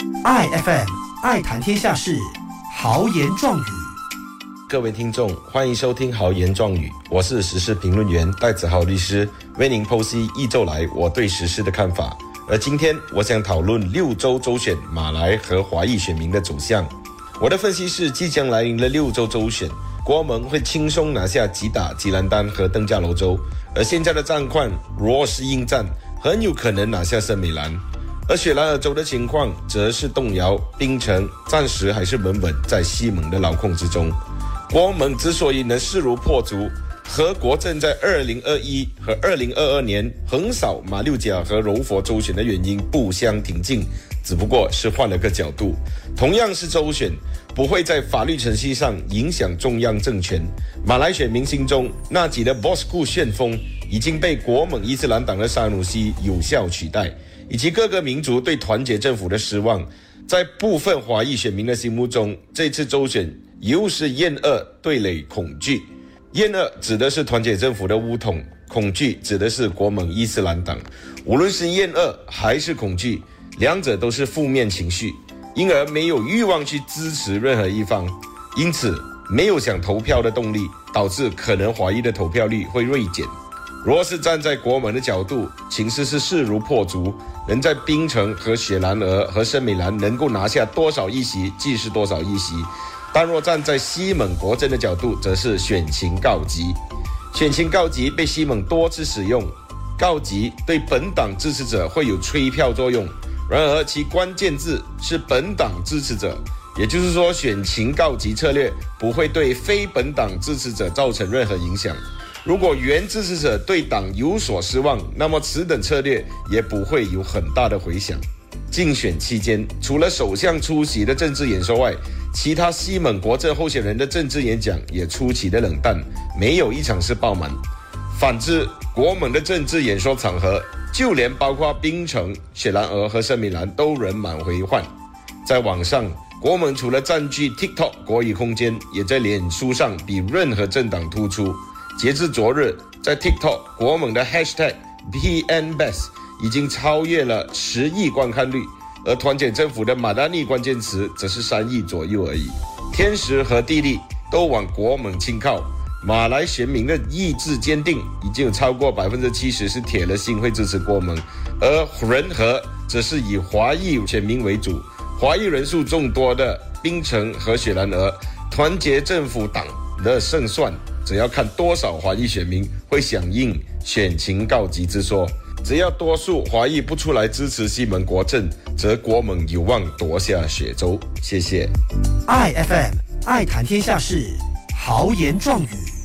IFM 爱谈天下事，豪言壮语。 各位听众，欢迎收听豪言壮语，我是时事评论员戴子豪律师，为您剖析一周来我对时事的看法。而今天我想讨论6州州选马来和华裔选民的走向。我的分析是，即将来临的6州州选，国盟会轻松拿下吉打、吉兰丹和登嘉楼州，而现在的战况若是应战，很有可能拿下圣美兰。而雪兰莪州的情况则是动摇，槟城暂时还是稳稳在西蒙的牢控之中。国盟之所以能势如破竹，和国政在2021和2022年横扫马六甲和柔佛州选的原因不相庭径，只不过是换了个角度。同样是州选，不会在法律程序上影响中央政权。马来选民心中那几的 Bosku 旋风已经被国盟伊斯兰党的沙努西有效取代，以及各个民族对团结政府的失望，在部分华裔选民的心目中，这次州选又是厌恶对垒恐惧。厌恶指的是团结政府的巫统，恐惧指的是国盟伊斯兰党。无论是厌恶还是恐惧，两者都是负面情绪，因而没有欲望去支持任何一方，因此没有想投票的动力，导致可能华裔的投票率会锐减。若是站在国盟的角度，情势是势如破竹，能在槟城和雪兰莪和圣美兰能够拿下多少议席即是多少议席。但若站在西蒙国政的角度，则是选情告急。选情告急被西蒙多次使用，告急对本党支持者会有催票作用，然而其关键字是本党支持者，也就是说选情告急策略不会对非本党支持者造成任何影响。如果原支持者对党有所失望，那么此等策略也不会有很大的回响。竞选期间，除了首相出席的政治演说外，其他西蒙国政候选人的政治演讲也出奇的冷淡，没有一场是爆满。反之，国盟的政治演说场合，就连包括槟城、雪兰莪和圣米兰都人满为患。在网上，国盟除了占据 TikTok 国语空间，也在脸书上比任何政党突出。截至昨日，在 TikTok 国盟的 #PNBest 已经超越了10亿观看率，而团结政府的马达尼关键词则是3亿左右而已。天时和地利都往国盟倾靠，马来选民的意志坚定，已经有超过 70% 是铁了心会支持国盟，而人和则是以华裔选民为主。华裔人数众多的槟城和雪兰莪，团结政府党的胜算只要看多少华裔选民会响应选情告急之说。只要多数华裔不出来支持西蒙国政，则国盟有望夺下雪州。谢谢。 IFM 爱谈天下事，豪言壮语。